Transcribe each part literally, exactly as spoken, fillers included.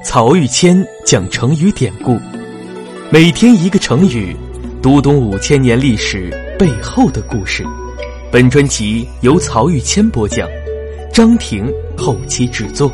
曹玉谦讲成语典故，每天一个成语，读懂五千年历史背后的故事。本专辑由曹玉谦播讲，张婷后期制作。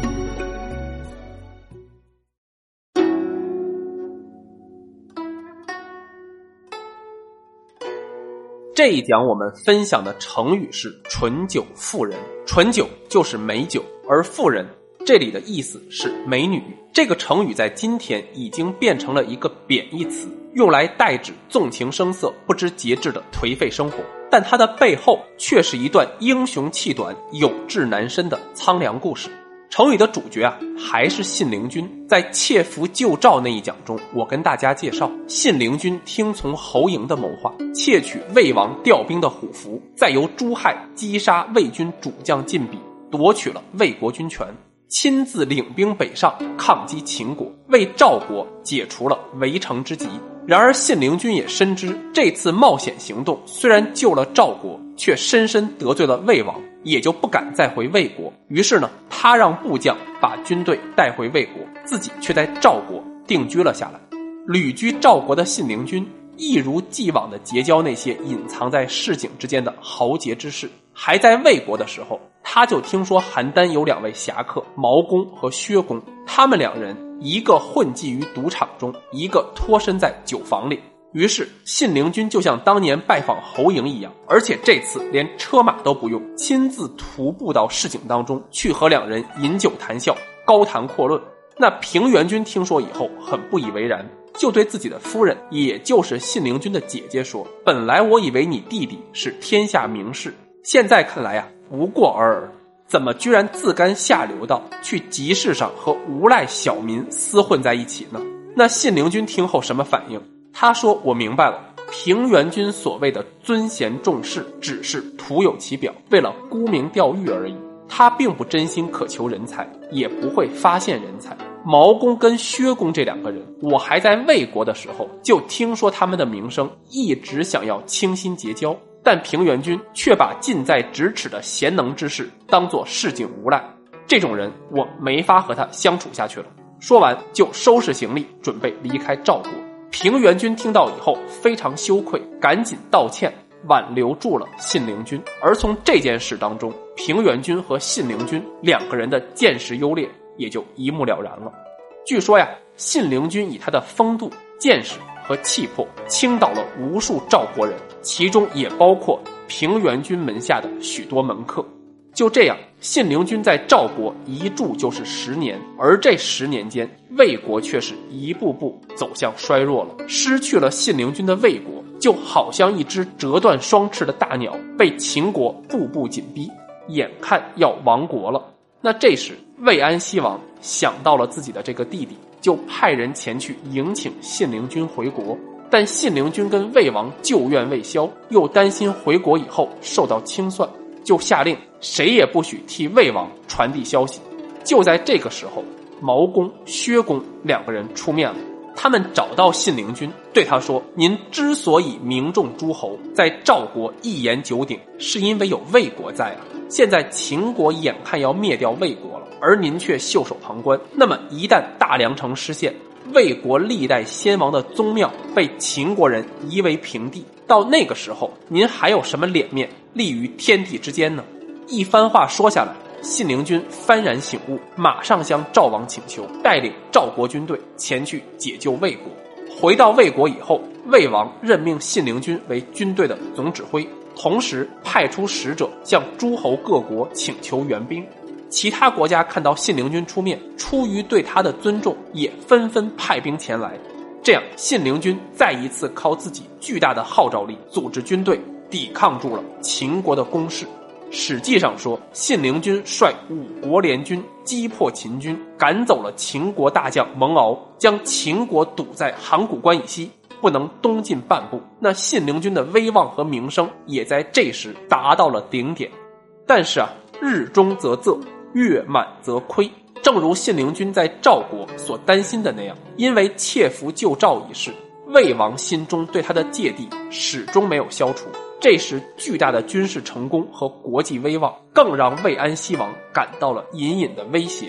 这一讲我们分享的成语是醇酒妇人。醇酒就是美酒，而妇人这里的意思是美女。这个成语在今天已经变成了一个贬义词，用来代指纵情声色、不知节制的颓废生活，但它的背后却是一段英雄气短、有志难伸的苍凉故事。成语的主角啊，还是信陵君。在窃符救赵那一讲中，我跟大家介绍，信陵君听从侯嬴的谋划，窃取魏王调兵的虎符，再由朱亥击杀魏军主将晋鄙，夺取了魏国军权，亲自领兵北上抗击秦国，为赵国解除了围城之急。然而信陵君也深知，这次冒险行动虽然救了赵国，却深深得罪了魏王，也就不敢再回魏国。于是呢，他让部将把军队带回魏国，自己却在赵国定居了下来。旅居赵国的信陵君一如既往地结交那些隐藏在市井之间的豪杰之士。还在魏国的时候，他就听说邯郸有两位侠客毛公和薛公，他们两人一个混迹于赌场中，一个脱身在酒坊里。于是信陵君就像当年拜访侯嬴一样，而且这次连车马都不用，亲自徒步到市井当中去和两人饮酒谈笑，高谈阔论。那平原君听说以后很不以为然，就对自己的夫人，也就是信陵君的姐姐说，本来我以为你弟弟是天下名士，现在看来啊，不过尔尔，怎么居然自甘下流到去集市上和无赖小民厮混在一起呢？那信陵君听后什么反应？他说，我明白了，平原君所谓的尊贤重士只是徒有其表，为了沽名钓誉而已，他并不真心渴求人才，也不会发现人才。毛公跟薛公这两个人，我还在魏国的时候就听说他们的名声，一直想要倾心结交，但平原君却把近在咫尺的贤能之士当作市井无赖，这种人我没法和他相处下去了。说完就收拾行李准备离开赵国。平原君听到以后非常羞愧，赶紧道歉，挽留住了信陵君。而从这件事当中，平原君和信陵君两个人的见识优劣也就一目了然了。据说呀，信陵君以他的风度、见识和气魄倾倒了无数赵国人，其中也包括平原君门下的许多门客。就这样，信陵君在赵国一住就是十年，而这十年间，魏国却是一步步走向衰弱了。失去了信陵君的魏国，就好像一只折断双翅的大鸟，被秦国步步紧逼，眼看要亡国了。那这时魏安西王想到了自己的这个弟弟，就派人前去迎请信陵君回国。但信陵君跟魏王旧怨未消，又担心回国以后受到清算，就下令谁也不许替魏王传递消息。就在这个时候，毛公、薛公两个人出面了。他们找到信陵君，对他说，您之所以名众诸侯，在赵国一言九鼎，是因为有魏国在啊。现在秦国眼看要灭掉魏国了，而您却袖手旁观，那么一旦大梁城失陷，魏国历代先王的宗庙被秦国人夷为平地，到那个时候您还有什么脸面立于天地之间呢？一番话说下来，信陵君幡然醒悟，马上向赵王请求，带领赵国军队前去解救魏国。回到魏国以后，魏王任命信陵君为军队的总指挥，同时派出使者向诸侯各国请求援兵。其他国家看到信陵君出面，出于对他的尊重，也纷纷派兵前来。这样，信陵君再一次靠自己巨大的号召力组织军队，抵抗住了秦国的攻势。史记上说，信陵君率五国联军击破秦军，赶走了秦国大将蒙敖，将秦国堵在函谷关以西，不能东进半步。那信陵君的威望和名声也在这时达到了顶点。但是啊，日中则仄，月满则亏。正如信陵君在赵国所担心的那样，因为窃符救赵一事，魏王心中对他的芥蒂始终没有消除。这时巨大的军事成功和国际威望，更让魏安西王感到了隐隐的威胁。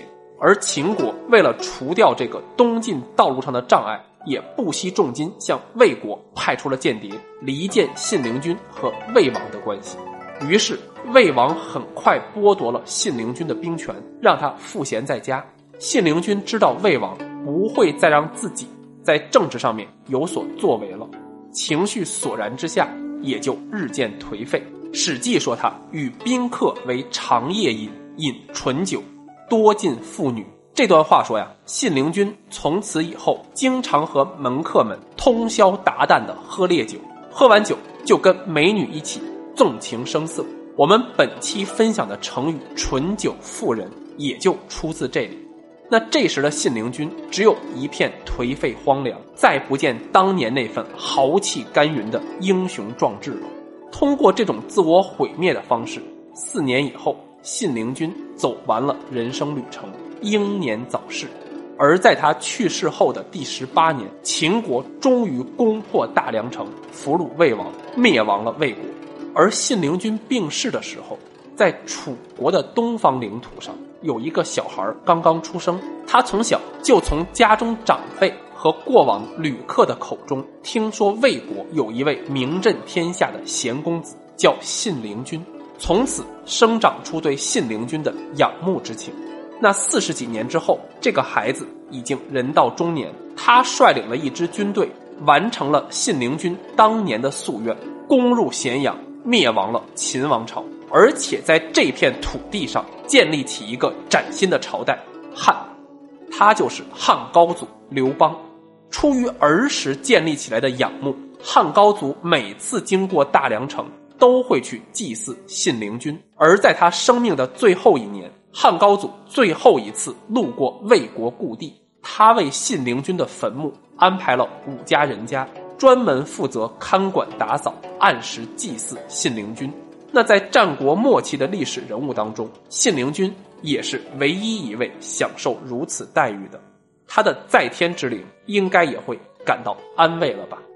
而秦国为了除掉这个东晋道路上的障碍，也不惜重金向魏国派出了间谍，离间信陵君和魏王的关系。于是魏王很快剥夺了信陵君的兵权，让他赋闲在家。信陵君知道魏王不会再让自己在政治上面有所作为了，情绪索然之下，也就日渐颓废。史记说他与宾客为长夜饮，饮醇酒，多近妇女。这段话说呀，信陵君从此以后经常和门客们通宵达旦的喝烈酒，喝完酒就跟美女一起纵情声色。我们本期分享的成语醇酒妇人也就出自这里。那这时的信陵君只有一片颓废荒凉，再不见当年那份豪气干云的英雄壮志了。通过这种自我毁灭的方式，四年以后，信陵君走完了人生旅程，英年早逝。而在他去世后的第十八年，秦国终于攻破大梁城，俘虏魏王，灭亡了魏国。而信陵君病逝的时候，在楚国的东方领土上，有一个小孩刚刚出生，他从小就从家中长辈和过往旅客的口中听说魏国有一位名震天下的贤公子叫信陵君，从此生长出对信陵君的仰慕之情。那四十几年之后，这个孩子已经人到中年，他率领了一支军队，完成了信陵君当年的夙愿，攻入咸阳，灭亡了秦王朝，而且在这片土地上建立起一个崭新的朝代汉，他就是汉高祖刘邦。出于儿时建立起来的仰慕，汉高祖每次经过大梁城都会去祭祀信陵君。而在他生命的最后一年，汉高祖最后一次路过魏国故地，他为信陵君的坟墓安排了五家人家，专门负责看管打扫，按时祭祀信陵君。那在战国末期的历史人物当中，信陵君也是唯一一位享受如此待遇的，他的在天之灵应该也会感到安慰了吧。